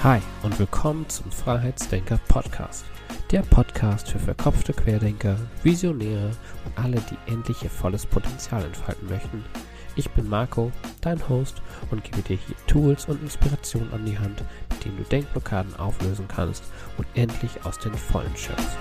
Hi und willkommen zum Freiheitsdenker Podcast. Der Podcast für verkopfte Querdenker, Visionäre und alle, die endlich ihr volles Potenzial entfalten möchten. Ich bin Marco, dein Host, und gebe dir hier Tools und Inspirationen an die Hand, mit denen du Denkblockaden auflösen kannst und endlich aus den Vollen schöpfst.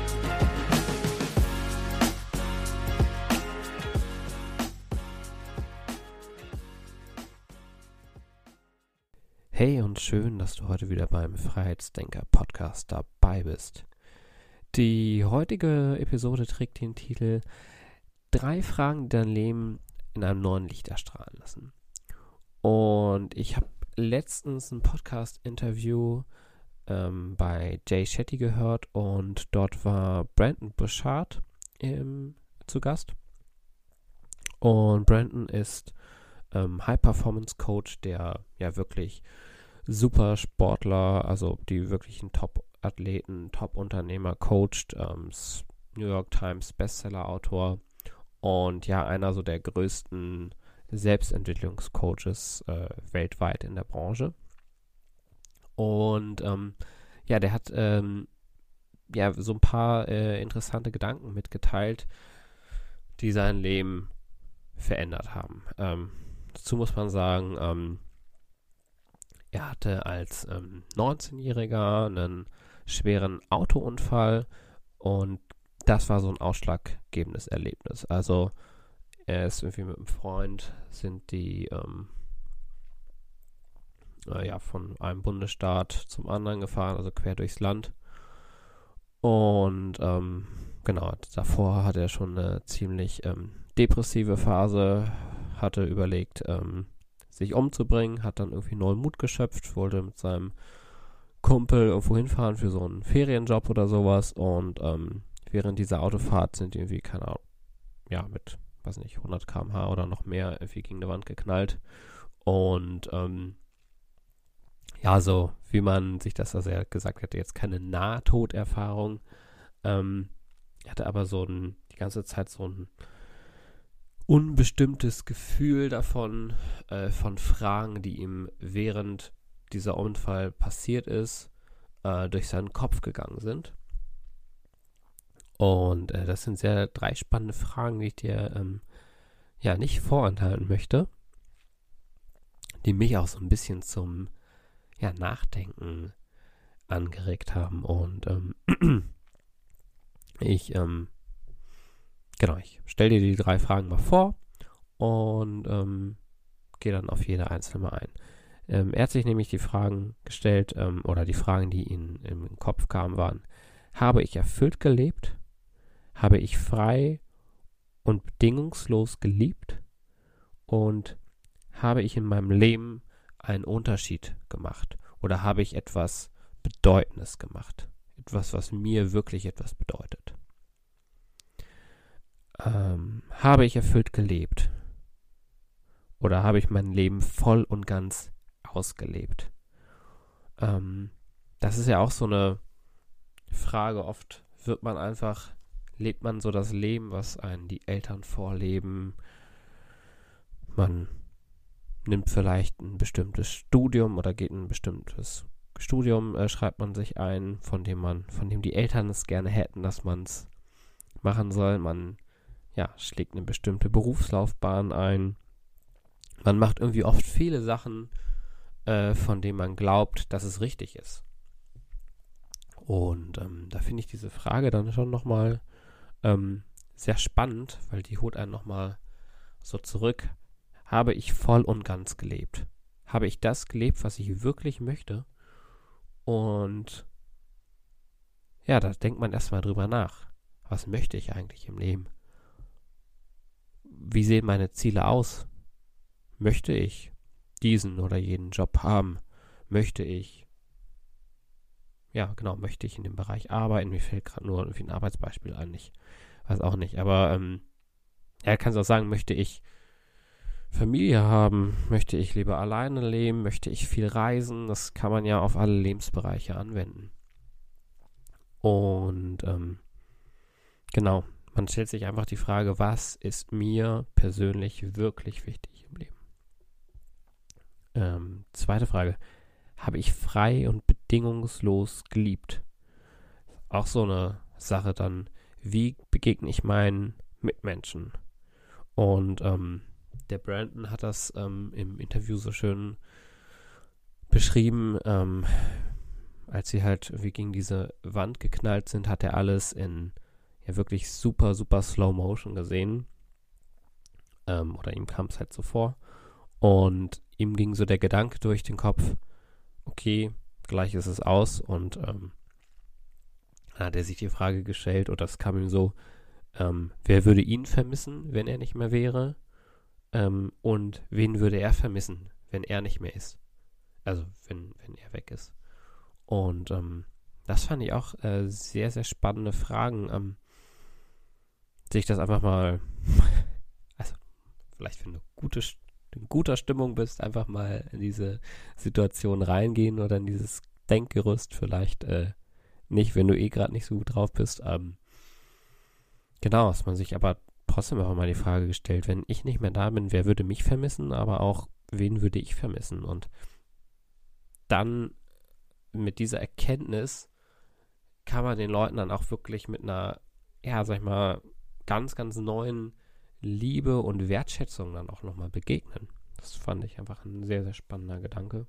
Hey und schön, dass du heute wieder beim Freiheitsdenker Podcast dabei bist. Die heutige Episode trägt den Titel 3 Fragen, die dein Leben in einem neuen Licht erstrahlen lassen. Und ich habe letztens ein Podcast-Interview bei Jay Shetty gehört und dort war Brendon Burchard zu Gast. Und Brendon ist High-Performance-Coach, der ja wirklich super Sportler, also die wirklichen Top-Athleten, Top-Unternehmer coacht, New York Times Bestseller-Autor und ja, einer so der größten Selbstentwicklungscoaches weltweit in der Branche. Und ja, der hat ja so ein paar interessante Gedanken mitgeteilt, die sein Leben verändert haben. Dazu muss man sagen, er hatte als 19-Jähriger einen schweren Autounfall und das war so ein ausschlaggebendes Erlebnis. Also er ist irgendwie mit einem Freund, sind die ja, von einem Bundesstaat zum anderen gefahren, also quer durchs Land. Und genau, davor hatte er schon eine ziemlich depressive Phase, hatte überlegt, sich umzubringen, hat dann irgendwie neuen Mut geschöpft, wollte mit seinem Kumpel irgendwo hinfahren für so einen Ferienjob oder sowas und während dieser Autofahrt sind die irgendwie, keine Ahnung, ja, mit, weiß nicht, 100 km/h oder noch mehr irgendwie gegen die Wand geknallt und ja, so wie man sich das, also er gesagt hatte, jetzt keine Nahtoderfahrung, er hatte aber die ganze Zeit so ein unbestimmtes Gefühl davon, von Fragen, die ihm während dieser Unfall passiert ist, durch seinen Kopf gegangen sind. Und das sind 3 spannende Fragen, die ich dir ja nicht vorenthalten möchte, die mich auch so ein bisschen zum Nachdenken angeregt haben. Und ich stelle dir die 3 Fragen mal vor und gehe dann auf jede einzelne mal ein. Er hat sich nämlich die Fragen gestellt, oder die Fragen, die ihm im Kopf kamen, waren: Habe ich erfüllt gelebt? Habe ich frei und bedingungslos geliebt? Und habe ich in meinem Leben einen Unterschied gemacht? Oder habe ich etwas Bedeutendes gemacht? Etwas, was mir wirklich etwas bedeutet? Habe ich erfüllt gelebt? Oder habe ich mein Leben voll und ganz ausgelebt? Das ist ja auch so eine Frage. Oft lebt man so das Leben, was einen die Eltern vorleben. Man nimmt vielleicht ein bestimmtes Studium oder geht ein bestimmtes Studium, schreibt man sich ein, von dem die Eltern es gerne hätten, dass man es machen soll. Man schlägt eine bestimmte Berufslaufbahn ein. Man macht irgendwie oft viele Sachen, von denen man glaubt, dass es richtig ist. Und da finde ich diese Frage dann schon nochmal sehr spannend, weil die holt einen nochmal so zurück. Habe ich voll und ganz gelebt? Habe ich das gelebt, was ich wirklich möchte? Und ja, da denkt man erstmal drüber nach. Was möchte ich eigentlich im Leben? Wie sehen meine Ziele aus? Möchte ich diesen oder jeden Job haben? Möchte ich in dem Bereich arbeiten? Mir fällt gerade nur irgendwie ein Arbeitsbeispiel ein, ich weiß auch nicht, aber kannst auch sagen, möchte ich Familie haben? Möchte ich lieber alleine leben? Möchte ich viel reisen? Das kann man ja auf alle Lebensbereiche anwenden. Und genau, man stellt sich einfach die Frage, was ist mir persönlich wirklich wichtig im Leben? Zweite Frage: habe ich frei und bedingungslos geliebt. Auch so eine Sache dann, wie begegne ich meinen Mitmenschen? Und der Brandon hat das im Interview so schön beschrieben, als sie halt wie gegen diese Wand geknallt sind, hat er alles in ja wirklich super, super Slow Motion gesehen. Oder ihm kam es halt so vor. Und ihm ging so der Gedanke durch den Kopf, okay, gleich ist es aus. Und dann hat er sich die Frage gestellt, oder es kam ihm so, wer würde ihn vermissen, wenn er nicht mehr wäre? Und wen würde er vermissen, wenn er nicht mehr ist? Also wenn er weg ist. Und das fand ich auch sehr, sehr spannende Fragen. Sich das einfach mal, also vielleicht wenn du in guter Stimmung bist, einfach mal in diese Situation reingehen oder in dieses Denkgerüst vielleicht nicht, wenn du gerade nicht so gut drauf bist. Genau, dass man sich aber trotzdem einfach mal die Frage gestellt, wenn ich nicht mehr da bin, wer würde mich vermissen, aber auch, wen würde ich vermissen? Und dann mit dieser Erkenntnis kann man den Leuten dann auch wirklich mit einer, ja, sag ich mal, ganz, ganz neuen Liebe und Wertschätzung dann auch nochmal begegnen. Das fand ich einfach ein sehr, sehr spannender Gedanke.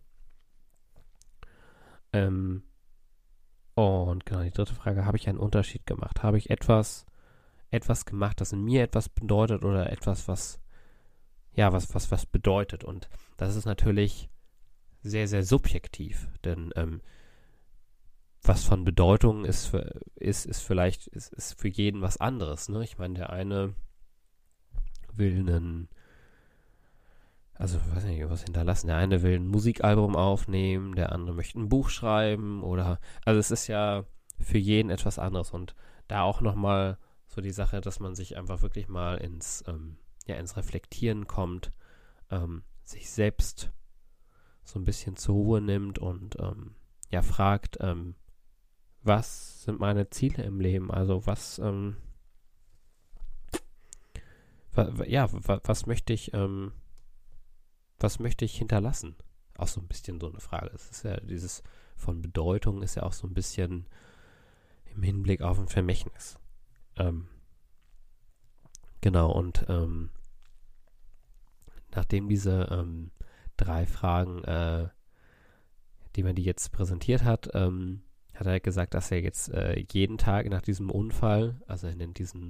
Und genau, die dritte Frage, habe ich einen Unterschied gemacht? Habe ich etwas gemacht, das in mir etwas bedeutet oder etwas, was bedeutet? Und das ist natürlich sehr, sehr subjektiv, denn was von Bedeutung ist vielleicht für jeden was anderes. Ne? Ich meine, der eine will weiß nicht, was hinterlassen. Der eine will ein Musikalbum aufnehmen, der andere möchte ein Buch schreiben also es ist ja für jeden etwas anderes und da auch nochmal so die Sache, dass man sich einfach wirklich mal ins Reflektieren kommt, sich selbst so ein bisschen zur Ruhe nimmt und fragt, was sind meine Ziele im Leben? Also was was möchte ich hinterlassen? Auch so ein bisschen so eine Frage. Es ist ja dieses von Bedeutung ist ja auch so ein bisschen im Hinblick auf ein Vermächtnis. Genau, und nachdem diese 3 Fragen, die man die jetzt präsentiert hat, hat er gesagt, dass er jetzt jeden Tag nach diesem Unfall, also er nennt diesen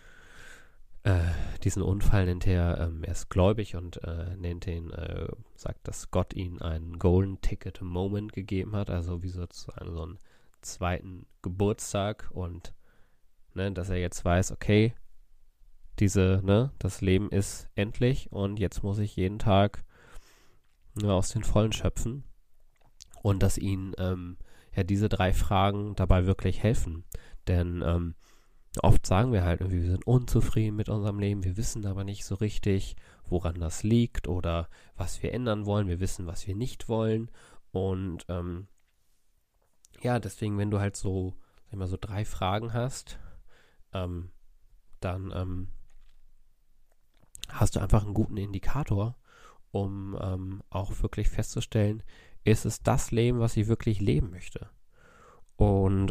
Unfall nennt er ist gläubig und sagt, dass Gott ihm einen Golden Ticket Moment gegeben hat, also wie sozusagen so einen zweiten Geburtstag und dass er jetzt weiß, okay, das Leben ist endlich und jetzt muss ich jeden Tag aus den Vollen schöpfen und dass ihn diese 3 Fragen dabei wirklich helfen, denn oft sagen wir halt irgendwie, wir sind unzufrieden mit unserem Leben, wir wissen aber nicht so richtig, woran das liegt oder was wir ändern wollen. Wir wissen, was wir nicht wollen. Und deswegen, wenn du halt so 3 Fragen hast, dann hast du einfach einen guten Indikator, um auch wirklich festzustellen, ist es das Leben, was ich wirklich leben möchte? Und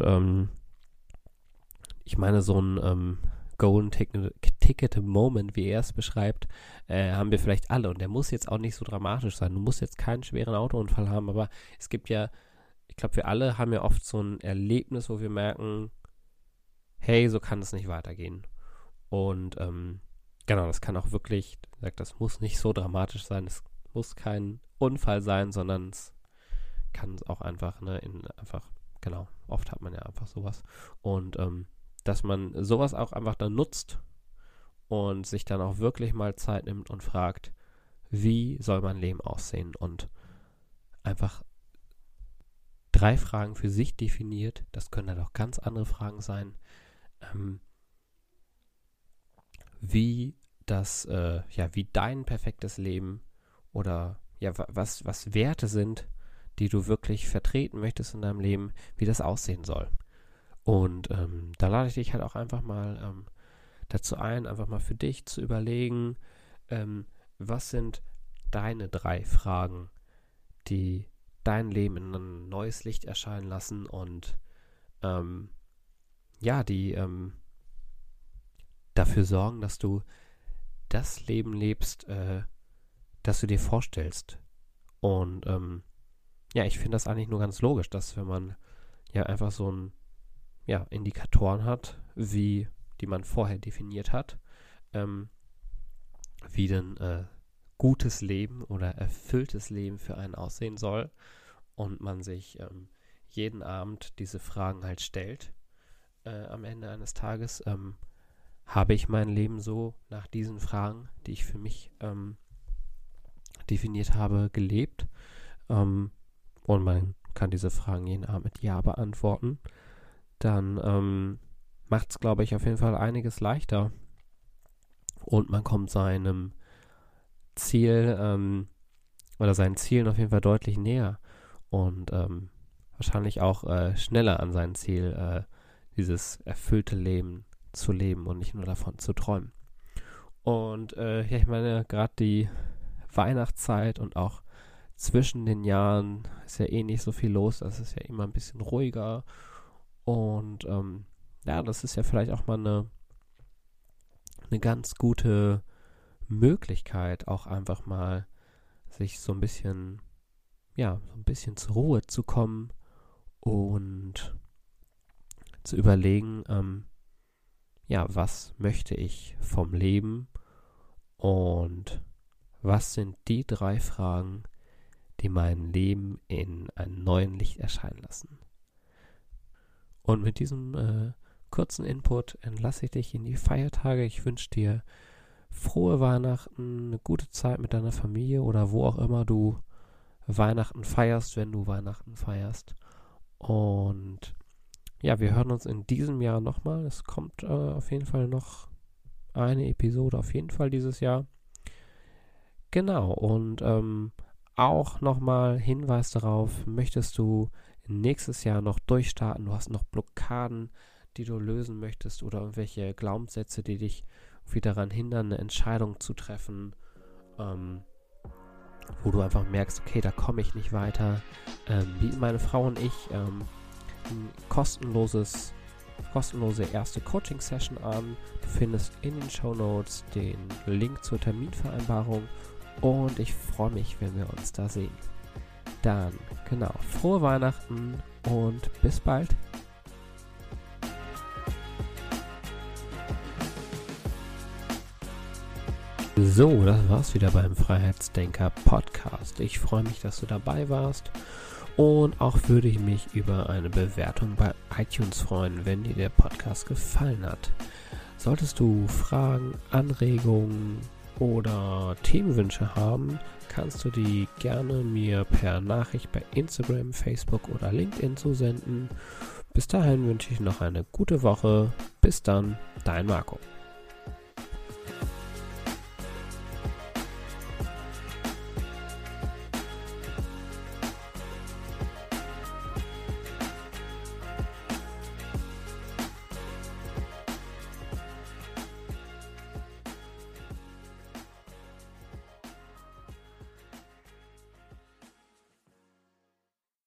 ich meine, so ein Golden Ticket Moment, wie er es beschreibt, haben wir vielleicht alle. Und der muss jetzt auch nicht so dramatisch sein. Du musst jetzt keinen schweren Autounfall haben, aber es gibt ja, ich glaube, wir alle haben ja oft so ein Erlebnis, wo wir merken, hey, so kann es nicht weitergehen. Und genau, das kann auch wirklich, das muss nicht so dramatisch sein, es muss kein Unfall sein, sondern es kann auch einfach, genau, oft hat man ja einfach sowas. Und dass man sowas auch einfach dann nutzt und sich dann auch wirklich mal Zeit nimmt und fragt, wie soll mein Leben aussehen? Und einfach 3 Fragen für sich definiert. Das können dann auch ganz andere Fragen sein. Wie dein perfektes Leben oder was Werte sind, die du wirklich vertreten möchtest in deinem Leben, wie das aussehen soll. Und da lade ich dich halt auch einfach mal dazu ein, einfach mal für dich zu überlegen, was sind deine 3 Fragen, die dein Leben in ein neues Licht erscheinen lassen und die dafür sorgen, dass du das Leben lebst, das du dir vorstellst. Und ich finde das eigentlich nur ganz logisch, dass wenn man einfach so Indikatoren hat, die man vorher definiert hat, wie denn gutes Leben oder erfülltes Leben für einen aussehen soll und man sich jeden Abend diese Fragen halt stellt am Ende eines Tages, habe ich mein Leben so nach diesen Fragen, die ich für mich definiert habe, gelebt, und man kann diese Fragen jeden Abend mit Ja beantworten, dann macht es, glaube ich, auf jeden Fall einiges leichter und man kommt seinem Ziel oder seinen Zielen auf jeden Fall deutlich näher und wahrscheinlich auch schneller an sein Ziel, dieses erfüllte Leben zu leben und nicht nur davon zu träumen. Und ich meine, gerade die Weihnachtszeit und auch zwischen den Jahren ist ja nicht so viel los, das ist ja immer ein bisschen ruhiger und das ist ja vielleicht auch mal eine ganz gute Möglichkeit, auch einfach mal sich so ein bisschen zur Ruhe zu kommen und zu überlegen, was möchte ich vom Leben und was sind die 3 Fragen, die mein Leben in einem neuen Licht erscheinen lassen. Und mit diesem kurzen Input entlasse ich dich in die Feiertage. Ich wünsche dir frohe Weihnachten, eine gute Zeit mit deiner Familie oder wo auch immer du Weihnachten feierst, wenn du Weihnachten feierst. Und wir hören uns in diesem Jahr nochmal. Es kommt auf jeden Fall noch eine Episode, auf jeden Fall dieses Jahr. Genau, und auch nochmal Hinweis darauf, möchtest du nächstes Jahr noch durchstarten, du hast noch Blockaden, die du lösen möchtest oder irgendwelche Glaubenssätze, die dich wieder daran hindern, eine Entscheidung zu treffen, wo du einfach merkst, okay, da komme ich nicht weiter, bieten meine Frau und ich ein kostenlose erste Coaching-Session an. Du findest in den Shownotes den Link zur Terminvereinbarung und ich freue mich, wenn wir uns da sehen. Dann, frohe Weihnachten und bis bald. So, das war's wieder beim Freiheitsdenker Podcast. Ich freue mich, dass du dabei warst und auch würde ich mich über eine Bewertung bei iTunes freuen, wenn dir der Podcast gefallen hat. Solltest du Fragen, Anregungen oder Themenwünsche haben, kannst du die gerne mir per Nachricht bei Instagram, Facebook oder LinkedIn zusenden. Bis dahin wünsche ich noch eine gute Woche. Bis dann, dein Marco.